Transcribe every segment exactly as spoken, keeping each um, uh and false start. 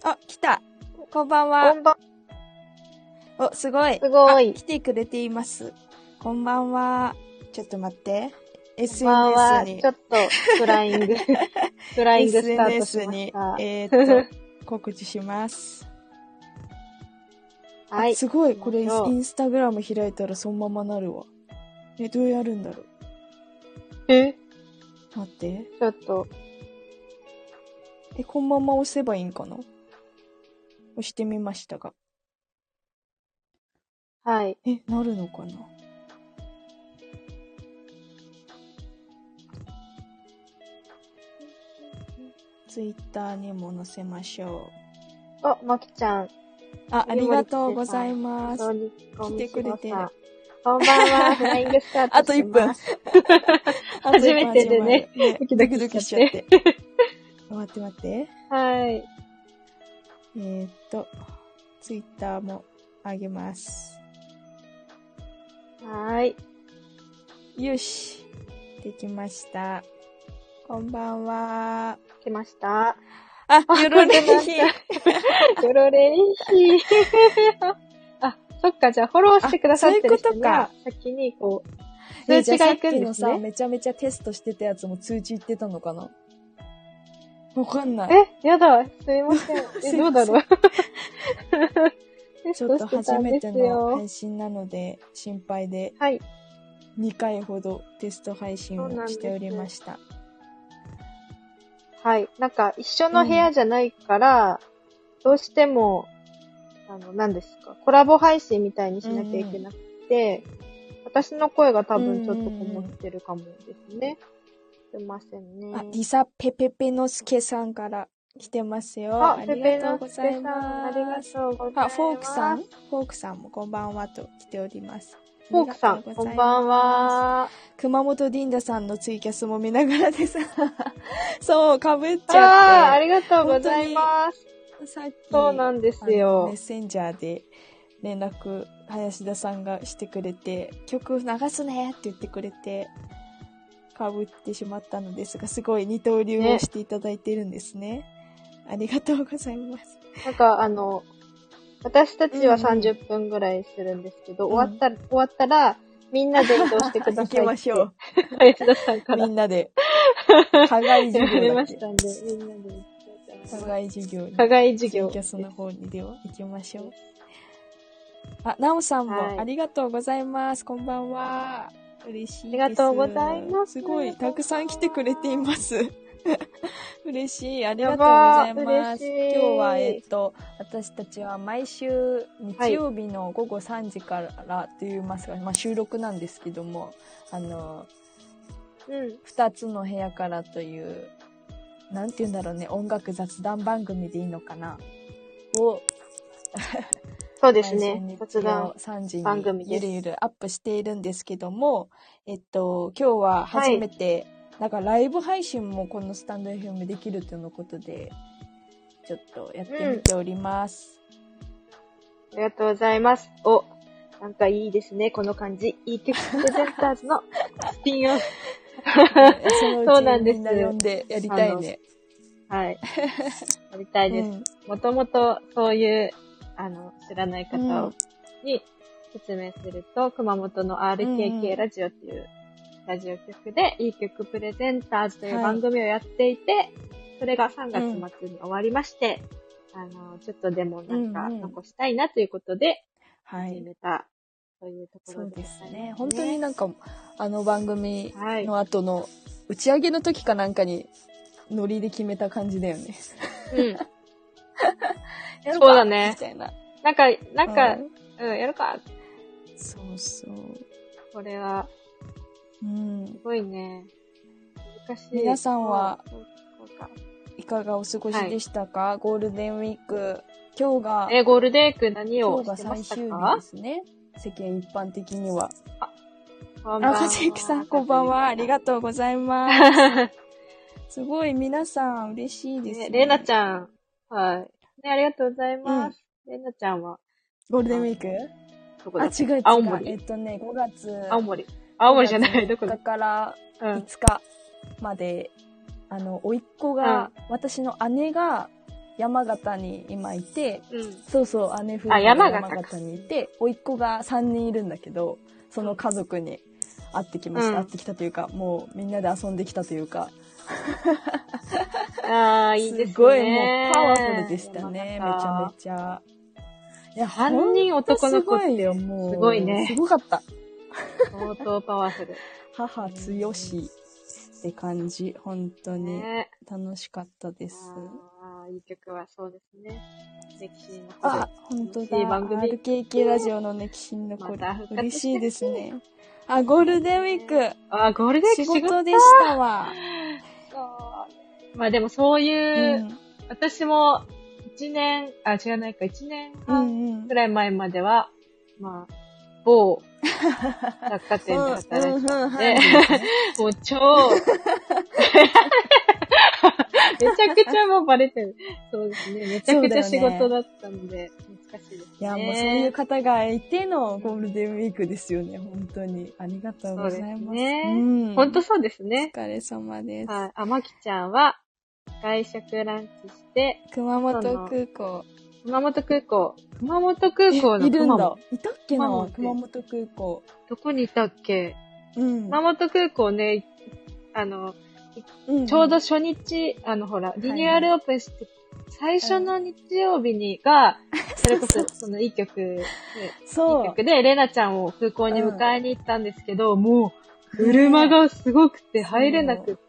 あ、来た。こんばんは。 こんばんお、すごい。 すごい。 来てくれています。こんばんは。ちょっと待って。 こんばんエスエヌエスは。 に。 ちょっと、フライング、フライングスタートしエスエヌエス にまし、た。 えー、っと、告知します。 はい。 すごい。これ、イ行きましょうンスタグラム開いたらそのままなるわ。え、どうやるんだろう。 え待って。 ちょっと。 え、このまま押せばいいんかな？押してみましたが。 はい。 え、なるのかな？ツイッターにも載せましょう。お、まきちゃん。 あ、ありがとうございます。 来てくれてる。 こんばんは。フライングスタートします。 あといっぷん。 初めてでね、 ドキドキしちゃって。待って待って。 はい。 えー、っと、ツイッターもあげます。 はい。 よし。できました。こんばんは。 来ました。 あ、よろれいひ。 よろれいひ。あ、そっか、じゃあフォローしてくださってる人には先にこう、通知が行くんですね。 のさ、めちゃめちゃテストしてたやつも通知行ってたのかな？わかんない。 え、やだ。すいません。え、どうだろう。 ちょっと初めての配信なので心配で、 はい。 にかいほどテスト配信をしておりました。 はい。なんか一緒の部屋じゃないから、うん、どうしても、あの、何ですか、コラボ配信みたいにしなきゃいけなくて、うん、私の声が多分ちょっとこもってるかもですね。すいませんね。 あ、リサペペペのすけさんから来てますよ。あ, ありがとうございます。 ありがとうございます。 あ、フォークさんフォークさんもこんばんはと来ております。 フォークさん、こんばんは。 熊本ディンダさんのツイキャスも見ながらです。そう、かぶっちゃって。 ああ、ありがとうございます。 さっき、 そうなんですよ。 メッセンジャーで連絡、林田さんがしてくれて、曲流すねって言ってくれて、かぶってしまったのですが、すごい二刀流をしていただいているんですね。ね、ありがとうございます。 なんかあの、私たちはさんじゅっぷんぐらいするんですけど、うん、終わったら、終わったら、みんなで移動してくださいって。 行きましょう。 林田さんから。 みんなで。課外授業。 やりましたんで、みんなで行きましょう。 課外授業に。 課外授業。 ツイキャスの方にでは行きましょう。あ、なおさんもありがとうございます。こんばんは。嬉しいです。 ありがとうございます。 すごい、たくさん来てくれています。嬉しい。ありがとうございます。今日は、えっと、私たちは毎週日曜日の午後さんじからと言いますか、はい、まあ収録なんですけども、あの、 うん、 二つの部屋からという、なんて言うんだろうね、音楽雑談番組でいいのかなを、 そうですね。 雑談さんじにゆるゆるアップしているんですけども、えっと、今日は初めて、はい、なんかライブ配信もこのスタンド エフエム できるということで、ちょっとやってみております、 うん。ありがとうございます。お、なんかいいですね、この感じ。いい曲プレゼンターズのスピンオフ。 そうなんです。みんな呼んでやりたいね。 はい。やりたいです。もともとそういう、あの、知らない方に説明すると、うん、熊本の アールケーケー ラジオっていうラジオ局で、いい曲プレゼンターズという番組をやっていて、はい、それがさんがつ末に終わりまして、うん、あの、ちょっとでもなんか残したいなということで、始めた、はい、そういうところです、ね。そうですね。 本当になんか、あの番組の後の打ち上げの時かなんかにノリで決めた感じだよね。 うん。やるかそうだね。みたいな。なんか、なんか、うん、うん、やるか。 そうそう。 これは、うん。すごいね。難しい。 皆さんは、いかがお過ごしでしたか、はい、ゴールデンウィーク。今日が、 え、ゴールデンウィーク何をしてましたか？ 今日が最終日ですね。世間一般的には。 あ、こんばんは。 あ、はじゆきさん、こんばんは。ありがとうございます。すごい、皆さん嬉しいですね。 ね、れいなちゃん。はい。ね、ありがとうございます。れいなちゃんはゴールデンウィーク？ どこだ？ あ、違う違う。 青森。 えっとね、ごがつ。 青森。青森じゃない、どこだ？ ごがつみっかからいつかまで、うん、あの、甥っ子が、うん、私の姉が山形に今いて、 うん。 そうそう、姉夫婦あが山山形か形にいて、甥っ子がさんにんいるんだけど、その家族に会ってきました。 うん会ってきたというか、もうみんなで遊んできたというか。 ああ、いいですね。 すごいもうパワフルでしたね。めちゃめちゃ。いや、 さんにん男の子ってすごいよ、もう。 すごいねすごかった。 相当パワフル。 母強しって感じ。本当にね楽しかったです。 ああ、いい曲はそうですね。歴史に残る。 あ、本当だ。 番組アールケーケー ラジオの歴史に残る。 また復活して嬉しいですね。あ、ゴールデンウィーク。 あ、ゴールデンウィーク仕事でしたわ。 まあでもそういう、 うん、 私も一年、あ、違うないか、一年半くらい前までは、うんうん、まあ、某雑貨店で働いてたので、もう超、めちゃくちゃもうバレてる。そうですね。めちゃくちゃ仕事だったので、難しいですね。 いや、もうそういう方がいてのゴールデンウィークですよね。本当に。ありがとうございます。そうですね。うん、本当そうですね。 お疲れ様です。 はい。あ、まきちゃんは、外食ランチして、 熊本空港。 熊本空港。熊本空港のいるんだ。いたっけな熊本空港。 どこにいたっけうん。熊本空港ね、あの、うんうん、ちょうど初日、あのほら、リニューアルオープンして、最初の日曜日にが、それこそ、そのいい曲で、そう。いい曲で、レナちゃんを空港に迎えに行ったんですけど、うん、もう、車がすごくて入れなくって、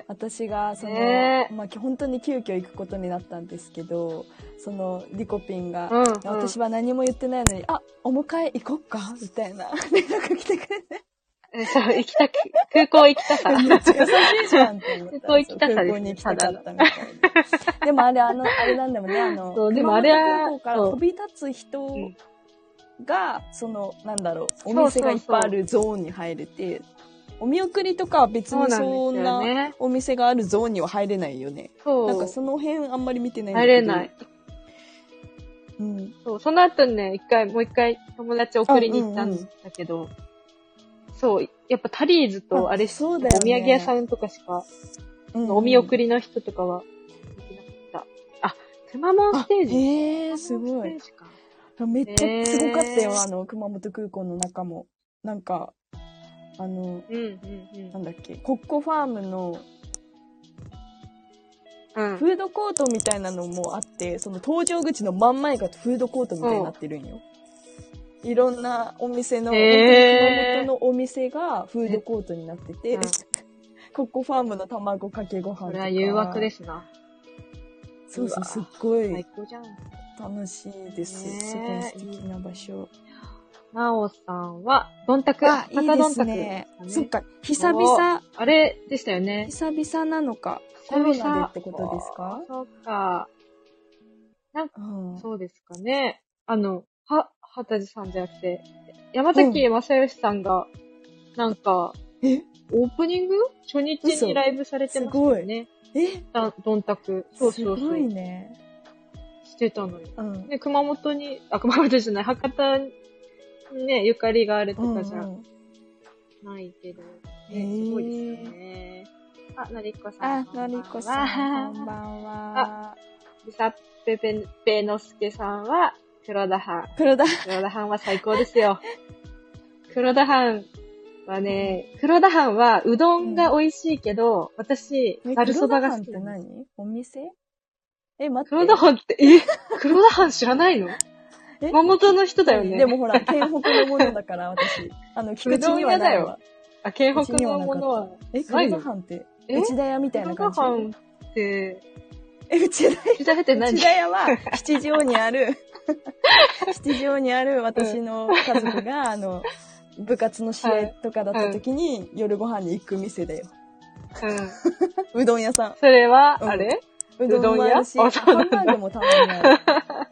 私が、その、ね、まあ、本当に急遽行くことになったんですけど、その、リコピンが、うんうん、私は何も言ってないのに、あ、お迎え行こっかみたいな連絡来てくれて。 そう、行きたく、空港行きたさ。 めっちゃ優しいじゃんって思った。 空港行きたさです、ね。 空港に行きたかったみたいな。でもあれ、あの、あれなんだもんね、あの、そう、でもあれ空港から飛び立つ人が、その、なんだろう、お店がいっぱいあるゾーンに入れて、お見送りとかは別にそんなお店があるゾーンには入れないよね。そう。なんかその辺あんまり見てないんだけど。 入れない。うん。そう、その後ね、一回、もう一回友達送りに行ったんだけど、うんうん、そう、やっぱタリーズとあれ、そうだよね、お土産屋さんとかしか、うんうん、お見送りの人とかはできなかった。あ、熊本ステージ。 へー、すごい。めっちゃすごかったよ、あの、熊本空港の中も。なんか、あの、うんうんうん、なんだっけ、コッコファームの、うん、フードコートみたいなのもあって、その搭乗口の真ん前がフードコートみたいになってるんよ。いろんなお店の、熊本のお店がフードコートになってて、うん、コッコファームの卵かけご飯とか。これは誘惑ですな。 そうそう、すっごい最高じゃん。 楽しいです。すごい素敵な場所。 なおさんは、どんたく。 あ、いいですね。そっか、久々。 あれでしたよね。 久々なのか。コロナでってことですか？ そうか。なんか、うん、そうですかね。あの、は、はたじさんじゃなくて、山崎正義さんが、なんか、えオープニング初日にライブされてましたよね。えどんたく。そうそうそう。 すごいね。 してたのよ。うん、で、熊本に、あ、熊本じゃない、博多にね、ゆかりがあるとかじゃないけど、うんうん、ね、すごいですよね。あ、のりこさん。 あ、のりこさん、こんばんは。 あ、りさっぺぺぺのすけさんは、黒田藩。 黒田黒田藩は最高ですよ。黒田藩はね、黒田藩はうどんが美味しいけど、うん、私、ざるそばが好き。 黒田藩って何？お店？え、待って。 黒田藩って、え黒田藩知らないの？熊本の人だよね。 でもほら、県北のものだから、私。あの、菊池にはないわ。 あ、県北のものは。 え、黒田藩って、内田屋みたいな感じ。 黒田藩って、 え、内田屋内田屋って何？ 内田屋は、七条にある、七条にある私の家族が、あの、部活の試合とかだった時に、夜ご飯に行く店だよ。うん。うどん屋さん。 それは、あれうどん屋？あ、そうなんだ。でもたまにある。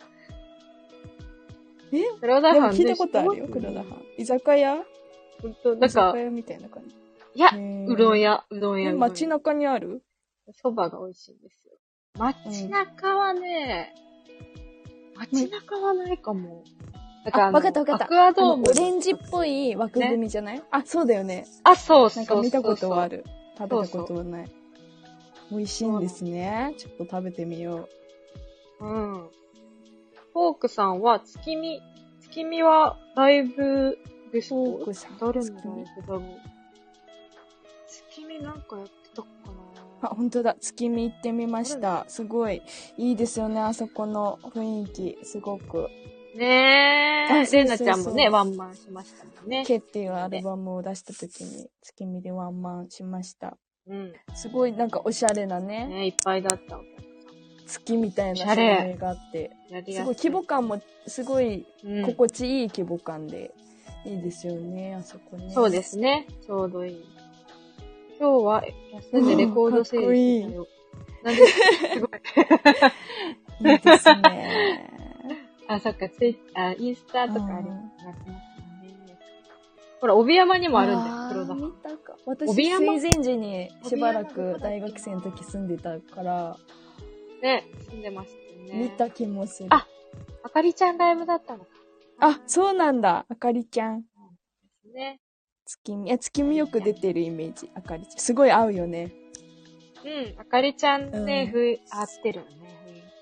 え黒田藩聞いたことあるよ、黒田藩。居酒屋？ 本当なんか。 居酒屋みたいな感じ。 いや、うどん屋、うどん屋。 街中にある？ 蕎麦が美味しいんですよ。街中はね、街中はないかも。 だから、わかったわかった。 アクアドーム。 オレンジっぽい枠組みじゃない？あ、そうだよね。 あ、そうそう。 なんか見たことはある。食べたことはない。美味しいんですね。ちょっと食べてみようん。フォークさんは、月見、月見はライブですか？ フォークさん。 誰のライブだろう。月見なんかやってたかな。 あ、本当だ。月見行ってみました。すごいいいですよね、あそこの雰囲気、すごく。 ねえ。レナちゃんもね、ワンマンしましたもんね。 ケっていうアルバムを出した時に、月見でワンマンしました。 うん。 すごいなんかおしゃれなね。 ね、いっぱいだったわけ。 月みたいな照明があって、すごい規模感もすごい心地いい規模感で、うん、いいですよね、あそこね。 そうですね、ちょうどいい。今日は休んでレコード整理してたよ。なんで、すごい。 いいですね。 あ、そっか、ツイあ、インスタとかありますね。ほら、帯山にもあるんだよ、黒田。 見たか。私、水前寺にしばらく大学生の時住んでたから、 ね、住んでましたね。 見た気もする。 あ、あかりちゃんライブだったのか。 あ、そうなんだ。あかりちゃん。 ですね。 月見、いや、月見よく出てるイメージ。あかりちゃん。すごい合うよね。 うん、あかりちゃんね、ふ、うん、合ってるよね。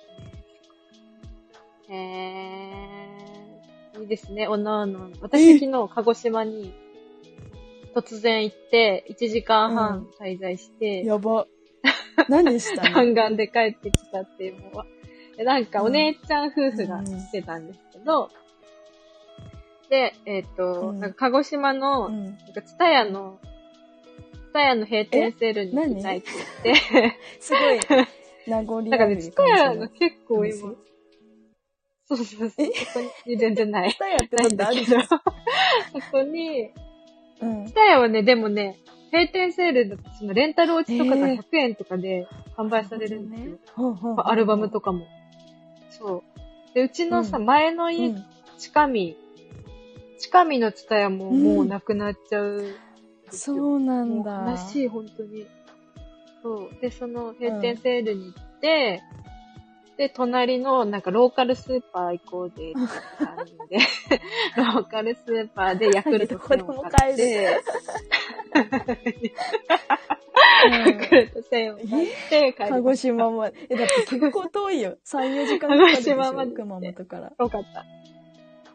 へー。いいですね、おのおの。私昨日鹿児島に突然行って、いちじかんはん滞在して、 うん、やば。何したの？ 弾丸で帰ってきたっていうのは。なんかお姉ちゃん夫婦が来てたんですけど、うん、で、えっ、ー、と、うん、なんか鹿児島の、うん、なんかツタヤの、ツタヤの閉店セールに行きたいって言って、 すごい、名残ある。 なんかね、ツタヤが結構今、そうそうそう、そこに全然ない。 ツタヤってなんだあるじゃん。 そこに、ツタヤはね、でもね、閉店セールだとそのレンタル落ちとかがひゃくえんとかで販売されるんですよ。えー、アルバムとかも。そう。で、うちのさ、うん、前の家、近見、近見のツタヤももうなくなっちゃう、うん。 そうなんだ。 悲しい、本当に。そう。で、その閉店セールに行って、うん、で、隣のなんかローカルスーパー行こうで、って感じで、ローカルスーパーでヤクルトせんを買って、ヤクルトせんを買って帰る。 鹿児島まで。え、だって結構遠いよ。さん、よじかんかかるでしょ。鹿児島まで。熊本から。 遠かった。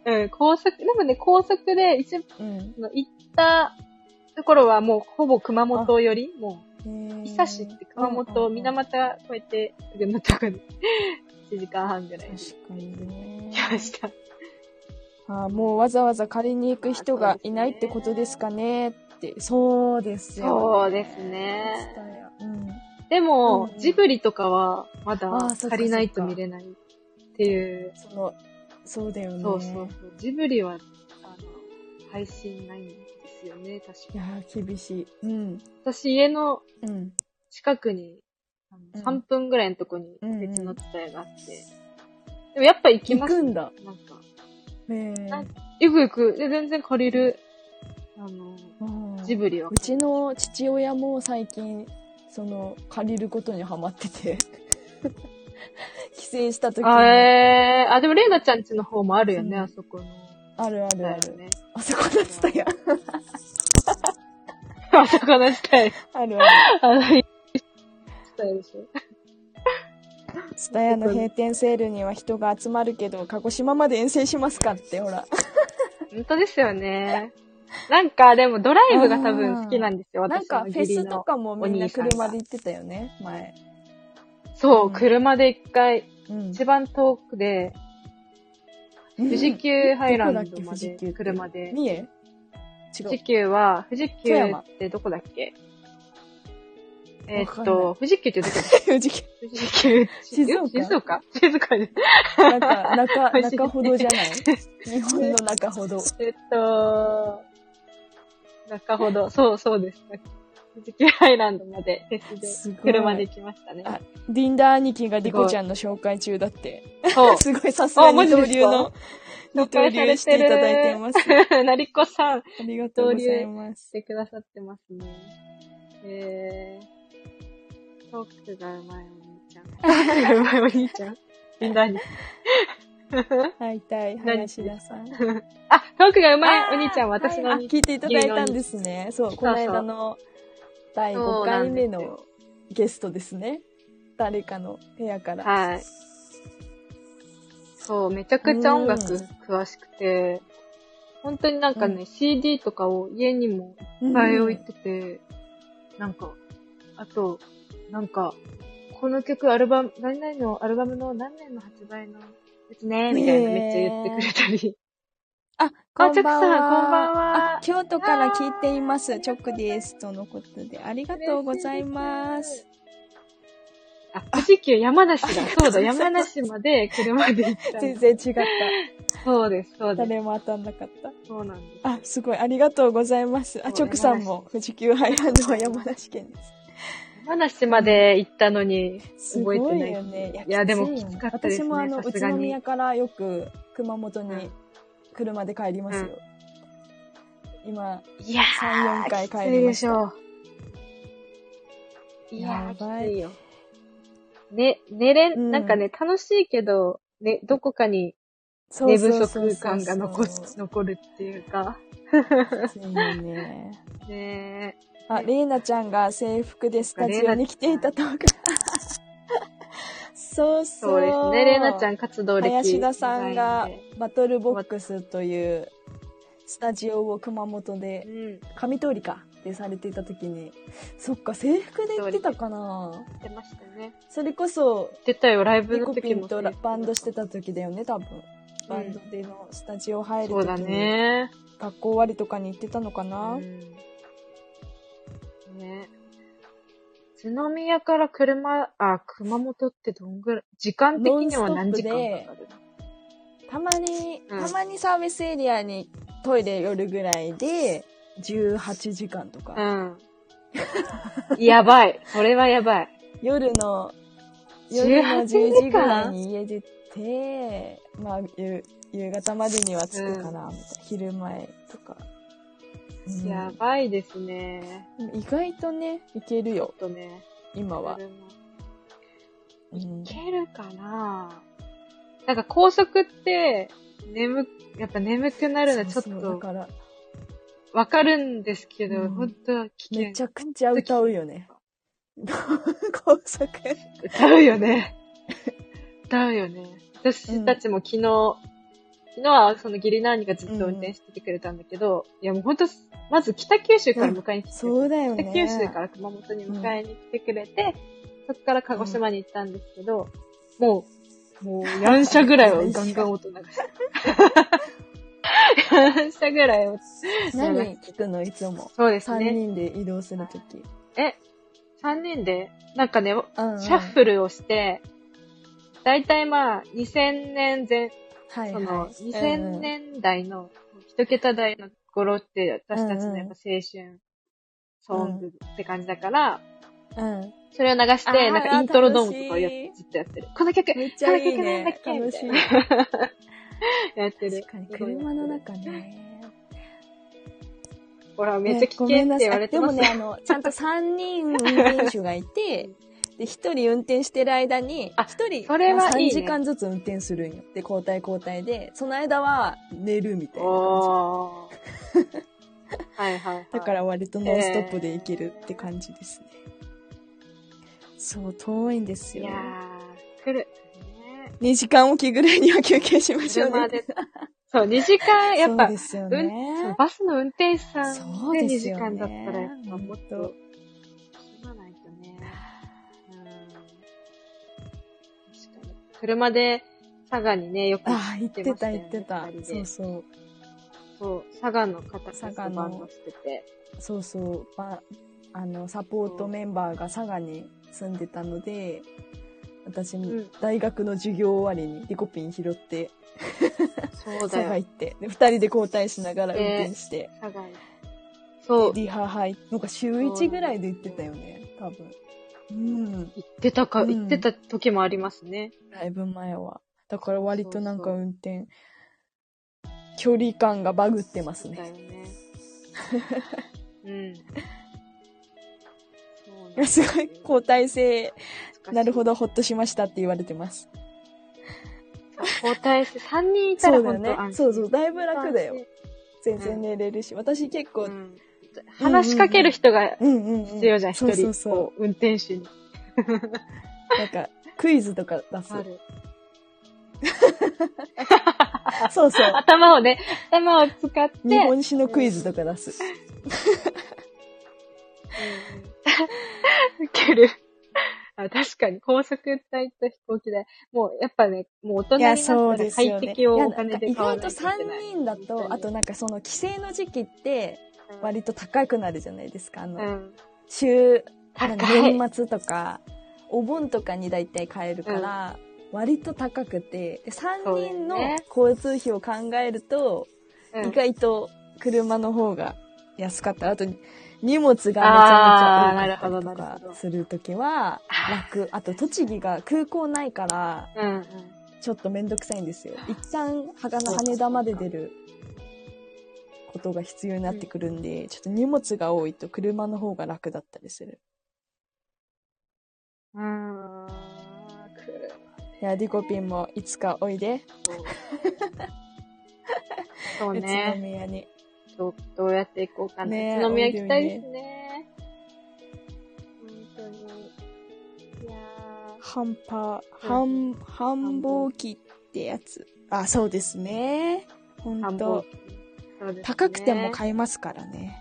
うん、高速、でもね、高速で一、うん、行ったところはもうほぼ熊本より、もう、伊佐市って熊本、水俣こうやってすぐのとこに、いちじかんはんぐらい。 確かにね。 来ました。 ああ、もうわざわざ借りに行く人がいないってことですかねって。そうですよ、ね。 そうですね。 うん、 でも、うん、ジブリとかはまだ借りないと見れないっていう。 その、そうだよね。 そうそうそう。ジブリは、あの、配信ないんですよね、確かに。 いやー、厳しい。うん。 私、家の近くに、うん、さんぷんぐらいのとこに別のツタヤがあって。うんうん、でもやっぱ行きます、 ね。行くんだ。 なんか。 へー。 行く行く。で、全然借りる。あの、ジブリは。 うちの父親も最近、その、借りることにハマってて。帰省した時に。 あ、えー、あ、でもレイナちゃんちの方もあるよね、うん、あそこの。 あるあるある。ね、あそこのツタヤ。 あそこのツタヤ。 あるある。 あの、ツタヤでしょ。 ツタヤの閉店セールには人が集まるけど、鹿児島まで遠征しますかって、ほら。 本当ですよね。なんか、でもドライブが多分好きなんですよ、私のなんか、フェスとかもみんな車で行ってたよね、前。 そう、うん、車で一回、うん、一番遠くで、富士急ハイランドまで、車で。 三重？違う。 富士急は、富士急ってどこだっけ？えー、っと、富士急ってどこだっけ？ 富士急。 富士急。 静岡？ 静岡？静岡で。 なんか、中、中ほどじゃない？日本の中ほど。 えっと、中ほど。そうそうです。富士急ハイランドまでフェスで車で行きましたね。 あ、リンダ兄貴がリコちゃんの紹介中だって。そう。すごいさすが二刀流の、二刀流していただいています。 なりこさん。ありがとうございます。 してくださってますね。えー、トークがうまいお兄ちゃん。トークがうまいお兄ちゃんリンダ兄貴。 会いたい、林田さん。 あ、トークがうまいお兄ちゃん、私の、 はい、聞いていただいたんですね。そう、この間のだいごかいめのゲストですね。誰かの部屋から。 はい。 そう、めちゃくちゃ音楽詳しくて、本当になんかね、うん、シーディー とかを家にもいっぱい置いてて、うん、なんか、あと、なんか、この曲アルバム、何々のアルバムの何年の発売のですね、みたいなめっちゃ言ってくれたり。 あ、こんばんは。 あ、チョクさん、こんばんは。 あ、京都から聞いています。チョクです。とのことで、ありがとうございます。 あ、富士急山梨だ。そうだ、山梨まで車で行った。 全然違った。 そうです、そうです。 誰も当たんなかった。 そうなんです。 あ、すごい、ありがとうございます。あ、チョクさんも富士急ハイランドは山梨県です。 山梨まで行ったのに覚えてない。すごいよね。 いや、でもきつかったですね。 私もあの、宇都宮からよく熊本に車で帰りますよ。うん、今、いやさん、よんかい帰りました。 いやー、きついよ。ね、寝れ、うん、なんかね、楽しいけど、ね、どこかに寝不足感が残残るっていうか。 そうよね。 ねあ、レイナちゃんが制服でスタジオに来ていたとか。そうそう。 そうですね。レイナちゃん活動歴。 林田さんがバトルボックスというスタジオを熊本で、上通りかでされていた時に、そっか、制服で行ってたかな。 行ってましたね。 それこそ、 出たよ、ライブの時も。 リコピンとバンドしてた時だよね、多分。バンドでのスタジオ入る時に。 そうだね。 学校終わりとかに行ってたのかな。うんね。宇都宮から車、あ、熊本ってどんぐらい、時間的には何時間かかる？ たまに、うん、たまにサービスエリアにトイレ寄るぐらいで、じゅうはちじかんとか。 うん。やばい。それはやばい。 夜の、夜のじゅうじぐらいに家出て、まあ、夕、夕方までには着くかな、みたいな。昼前とか。 うん、やばいですね。 意外とね、いけるよ。 とね、 今は。 いけるかな、うん、なんか高速って、眠、やっぱ眠くなるのちょっと、だから、わかるんですけど、うん、ほんと危険。 めちゃくちゃ歌うよね。高速。 歌うよね。歌うよね。私たちも昨日、うん昨日はその義理の兄がずっと運転しててくれたんだけど、うん、いやもうほんと、まず北九州から迎えに来てくれて、 そうだよね。 北九州から熊本に迎えに来てくれて、うん、そこから鹿児島に行ったんですけど、うん、もう、もうよん車ぐらいをガンガン音流して。よん車ぐらいを。 何聞くのいつも。 そうですね。 さんにんで移動するとき。 え、さんにんでなんかね、うんうん、シャッフルをして、だいたいまあにせんねんぜん、はいはい、その、にせんねんだいの一桁台の頃って私たちのやっぱ青春ソングって感じだから、うん、それを流して、なんかイントロドームとかをやずっとやってる。この曲、 めっちゃいいね、 この曲なんだっけ楽しい。 やってる。 確かに車の中ね。 ほら、めっちゃ危険って言われてます、 ね、でもね、あの、ちゃんとさんにん運転手がいて、で、一人運転してる間に、一人それはいい、ね、 さんじかんずつ運転するんよ。で、交代交代で、その間は寝るみたいな感じ。はいはい、はい。 だから割とノンストップで行けるって感じですね。えー、そう、遠いんですよ。 いやー、来る。 ね、にじかんおきぐらいには休憩しましょうね。 そう、にじかん、やっぱ、 そうですよね、 うん、バスの運転手さんでにじかんだったら、やっぱもっと、車で佐賀にね、よく行ってましたよね。あ、行ってた、行ってた。そうそう。 そう、佐賀の方たちとバンドしてて。 そうそう。ばあの、サポートメンバーが佐賀に住んでたので、私も大学の授業終わりにリコピン拾って、そうだよ。佐賀行って、で、二人で交代しながら運転して。 佐賀そう。 リハ入って、なんか週一ぐらいで行ってたよね、多分。うん。 行ってたか、うん、行ってた時もありますね。 ライブ前は。だから割となんか運転、そうそう距離感がバグってますね。 だよね。うん。 そうね、すごい、交代制、なるほど、ほっとしましたって言われてます。 交代制、さんにんいたら本当安心。 そうそう、だいぶ楽だよ。全然寝れるし、うん、私結構、うん話しかける人が必要じゃん、一人。そう、運転手に。 なんか、クイズとか出す。ある。 そうそう。 頭をね、頭を使って。 日本史のクイズとか出す。 ウケる。あ、確かに高速隊と飛行機代。もうやっぱね、もう大人になったら快適をお金で買わないといけない。 意外とさんにんだと、あとなんかその帰省の時期って割と高くなるじゃないですか。あの、うん、週、年末とか、お盆とかにだいたい買えるから、うん、割と高くて、さんにんの交通費を考えると、ね、意外と車の方が安かった。あと、荷物がめちゃめちゃ多かったりとかするときは楽。あと栃木が空港ないから、うんうん、ちょっとめんどくさいんですよ。一旦羽田まで出ることが必要になってくるんで、うん、ちょっと荷物が多いと車の方が楽だったりする。 うーん。 いや、リコピンもいつかおいで。 そうね。 宇都宮に。 ど, どうやって行こうかな。ね、宇都宮行きたいですね。本当に。いやー。 繁波、繁、繁忙期ってやつ。あ、そうですね。ほんと。そうですね。高くても買えますからね。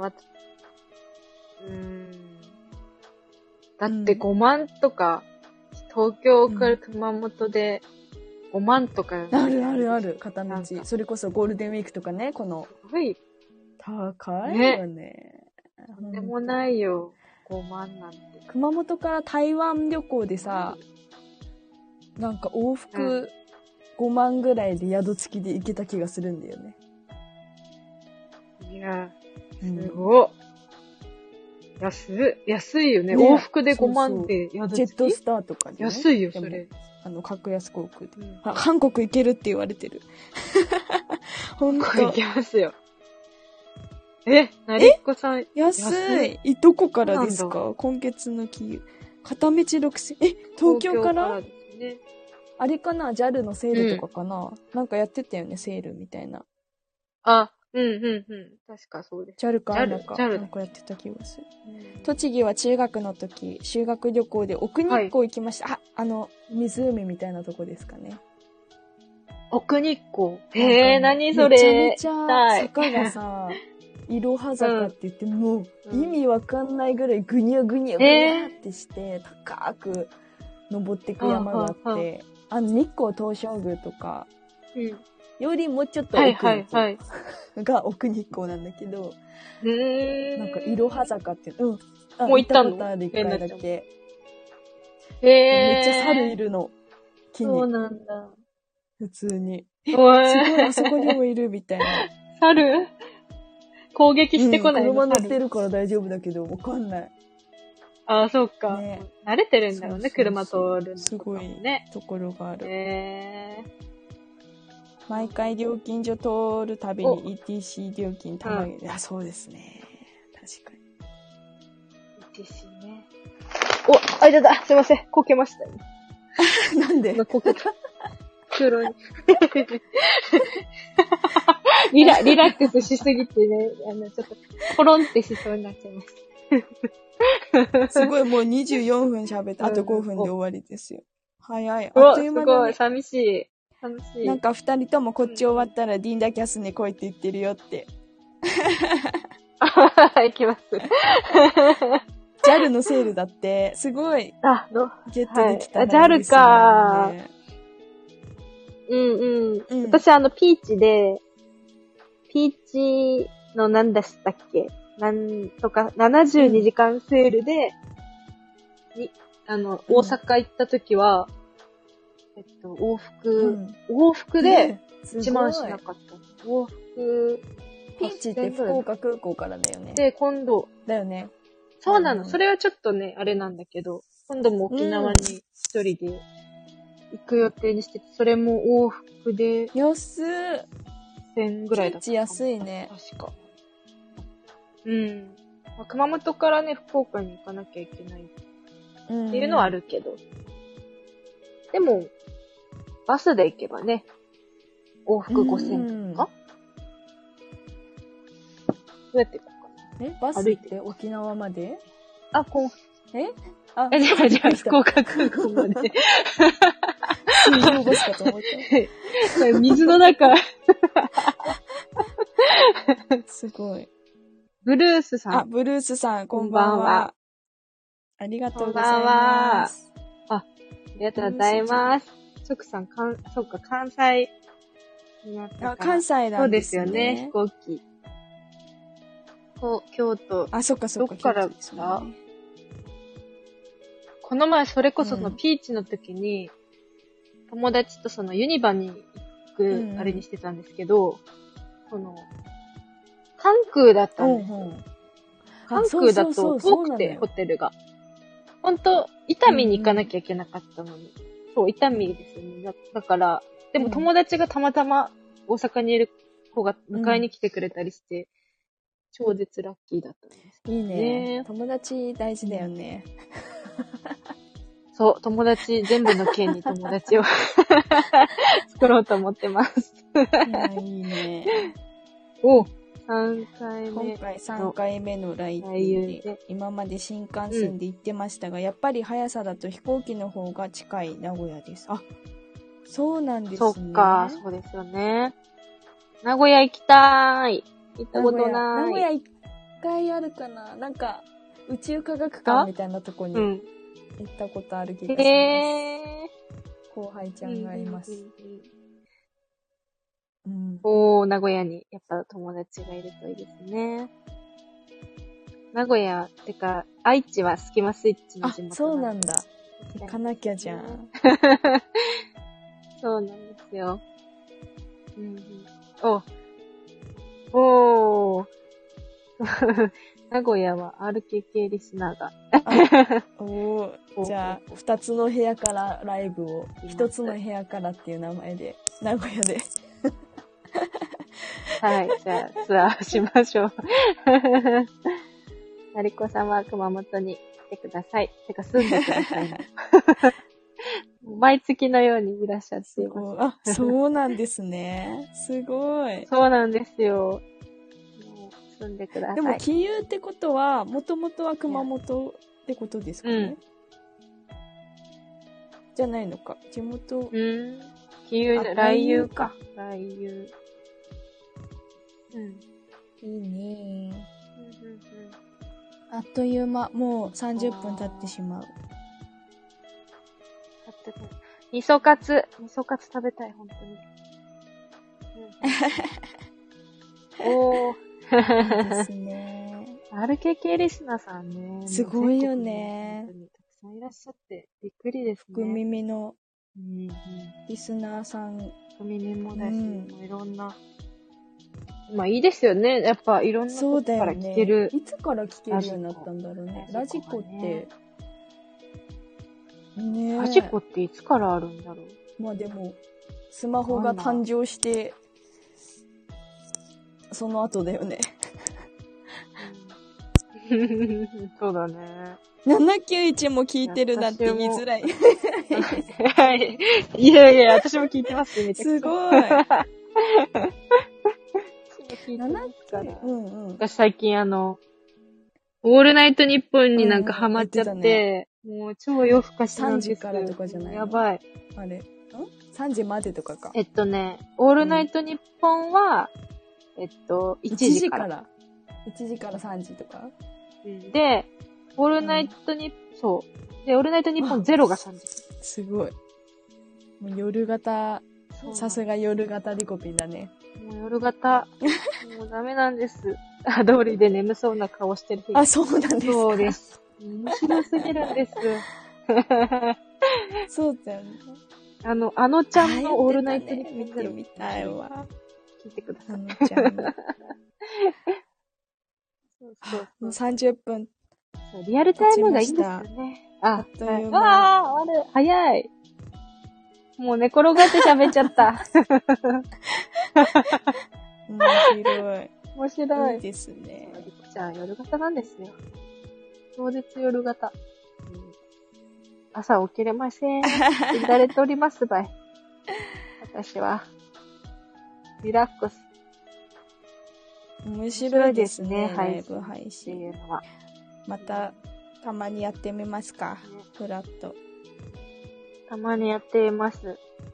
うーん。だってごまんとか、うん、東京から熊本でごまんとか、 うん。あるあるある、片道。それこそゴールデンウィークとかね、この。 はい。 高いよね。ね、 とんでもないよ。ごまんなんて。 熊本から台湾旅行でさ、うん、なんか往復ごまんぐらいで宿付きで行けた気がするんだよね。 いや、すごっ。うん、安い、安いよね。ね、往復でごまんで宿付き。 ジェットスターとかで、ね。 安いよ、それ。 あの、格安航空で。うん、韓国行けるって言われてる。ほんと。 行けますよ。え、なりっこさん。 安い。いどこからですか？今月の期。片道ろくせん。え、東京から？東京からですね。あれかな？ ジャル のセールとかかな、うん、なんかやってたよね、セールみたいな。 あ、うんうんうん。確かそうです。 ジャル かなんか、なんかやってた気がする。うん、栃木は中学の時、修学旅行で奥日光行きました。はい、あ、あの、湖みたいなとこですかね。 奥日光。へー、何それ。 めちゃめちゃ坂がさ、いろは坂って言って、うん、もう意味わかんないぐらいぐにゃぐにゃぐにゃってして、えー、高く登ってく山があって、はあはあ、あの日光東照宮とか、うん、よりもうちょっと奥に、はいはいはい、が奥日光なんだけど、なんかいろは坂っていう、うん。 あ、もう行ったの？ 行ったことある一回だけ。 へー。めっちゃ猿いるの。木に。 そうなんだ。 普通に。え、すごい、あそこにもいるみたいな。 猿？攻撃してこないの、 うん、車乗ってるから大丈夫だけど、わかんない。 ああ、そうか、ね。慣れてるんだろうね、 そうそうそう、 車通るの、ね。 すごいところがある。 へー。 毎回料金所通るたびに イーティーシー 料金たまに、うん、いや、そうですね。確かに。 イーティーシー ね。お、あいだだ、すいません。こけましたよ。 なんでこけた。黒に。リラ、リラックスしすぎてね、あの、ちょっと、コロンってしそうになっちゃいます。すごい、もうにじゅうよんぷん喋って、あとごふんで終わりですよ。早い。 あっという間だね。すごい、寂しい。寂しい。 なんか二人ともこっち終わったらディンダキャスに来いって言ってるよって。 行きます。 ジャル のセールだって、すごい。 あ、ど、 ゲットできた、 はい。ジャル か。うんうん。うん、私あの、ピーチで、ピーチの何でしたっけ？なんとか、ななじゅうにじかんセールで、うん、に、あの、大阪行った時は、えっと、往復、うん、往復でいちまんしなかった。往復、 ピーチって福岡空港からだよね。 で、今度。 だよね。 そうなの。うん、それはちょっとね、あれなんだけど、今度も沖縄に一人で行く予定にしてて、それも往復で。 安っ。 せんぐらいだった。 ピーチ安いね。 確か。うん。まあ、熊本からね、福岡に行かなきゃいけないっていうのはあるけど。うん、でも、バスで行けばね、往復ごせんとか、どうやって行こうかな。 え、バスで沖縄まで？ あ、こう。 えあ、 え、じゃあ、じゃあ、福岡空港まで。 水上バスかと思った。 水の中。 すごい。 ブルースさん。 あ、ブルースさん、こんばんは。 こんばんは。 ありがとうございます。 あ、ありがとうございます。チョクさん、かん、そっか、関西になったから。 あ、関西なんですね。 そうですよね、飛行機。こう、京都。 あ、そっかそっか。 どっから来た、ね、この前、それこそそのピーチの時に、うん、友達とそのユニバに行く、あれにしてたんですけど、うん、この、関空だったんですよ。うんうん、関空だと遠くて、ホテルが。ほんと、伊丹に行かなきゃいけなかったのに。うんうん、そう、伊丹ですよね。だ, だから、でも友達がたまたま大阪にいる子が迎えに来てくれたりして、うん、超絶ラッキーだったんです、 ね。いいね。友達大事だよね。 そう、友達、全部の県に友達を作ろうと思ってます。 いや、いいね。 おさんかいめ。 今回さんかいめの来遊で、今まで新幹線で行ってましたが、うん、やっぱり速さだと飛行機の方が近い名古屋です。あ、そうなんですね。 そっか、そうですよね。名古屋行きたーい。行ったことない。 名古屋一回あるかな、なんか、宇宙科学館みたいなとこに行ったことある気がします。 へー。 後輩ちゃんがいます。 うん、おー、名古屋に、やっぱ友達がいるといいですね。名古屋、てか、愛知はスキマスイッチの地元。 あ、そうなんだ。行かなきゃじゃん。 そうなんですよ。うん、お、おー。名古屋は アールケーケー リスナーが。 おー、じゃあ、二つの部屋からライブを、一つの部屋からっていう名前で、名古屋で。 はい、じゃあ、ツアーしましょう。なりこさんは熊本に来てください。てか、住んでください、ね。毎月のようにいらっしゃっています。あ、そうなんですね。すごい。 そうなんですよ。住んでください。 でも、桐生ってことは、もともとは熊本ってことですかね。うん、じゃないのか。地元。 うん。桐生、来遊か。来遊。うん。 いいね、うんうんうん。あっという間、もうさんじゅっぷん経ってしまう。 経ってた。味噌カツ。味噌カツ食べたい、本当に。うん、おー。いいですね。アールケーケー リスナーさんね。 すごいよね。 本当にたくさんいらっしゃって、びっくりですね。 福耳のうんうん、 リスナーさん。 福耳もだし、うん、もういろんな。まあいいですよね。やっぱいろんなとこから聞ける、 ね。いつから聞けるようになったんだろうね。ラジコって。 ね、ラジコっていつからあるんだろう。 まあでも、スマホが誕生して、その後だよね。 うん、そうだね。 ななきゅういちも聞いてるなんて言いづらい。 いやいや、私も聞いてますね。 すごい。 ななきゅう、うんうん、私最近あの、オールナイトニッポンになんかハマっちゃって、うんうんね、もう超夜更かしなんですよ。 さんじからとかじゃないの？ やばい。 あれ？ん ?さん 時までとかか。 えっとね、オールナイトニッポンは、うん、えっと、いちじから。 いちじからさんじとか、 うん、で、オールナイトニッポン、うん、そう。で、オールナイトニッポンゼロがさんじ。 すごい。もう夜型、さすが夜型リコピンだね。 もう夜型、もうダメなんです。通りで眠そうな顔してる日。 あ、そうなんですか。 そうです。面白すぎるんです。 そうだよね。 あの、あのちゃんのオールナイトニッポン、 ね、見てみたいわ。 聞いてください。 あのちゃんの。 そうそうそう。 さんじゅっぷん。 そう、リアルタイムがいいんですよね。あ、 あっという間。ああ、終わる。早い。もう寝転がって喋っちゃった。 面白い。 面白い。 いいですね。 りこちゃん、夜型なんですよ。超絶夜型。うん、朝起きれません。乱れておりますばい。私は。リラックス。 面白いですね。ライブ配信っていうのは。 また、たまにやってみますか。フラット。 たまにやっています。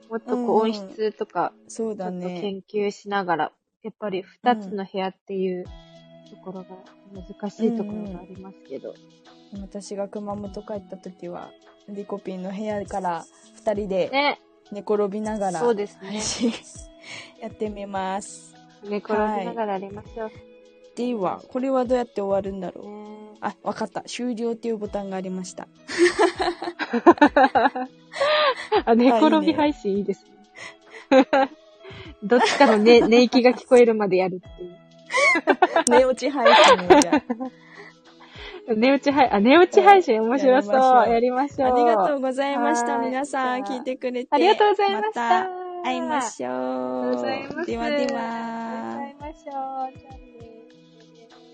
もっとこう音質とか、 そうだちょっとね。 研究しながら、やっぱり二つの部屋っていうところが難しいところがありますけど。 私が熊本帰った時は、リコピンの部屋から二人でね。 寝転びながら、 そうですね。 配信やってみます。 寝転びながらやりましょう。 では、これはどうやって終わるんだろう。 ね、 あ、わかった。終了っていうボタンがありました。 あ、寝転び配信いいですね。どっちかの寝、寝息が聞こえるまでやるっていう。 寝落ち配信をじゃあ。 寝落ち配、あ、寝落ち配信面白そう。やりましょう。 ありがとうございました。皆さん聞いてくれて。 ありがとうございました。 また会いましょう。 ありがとうございます。 ではでは。 また会いましょう。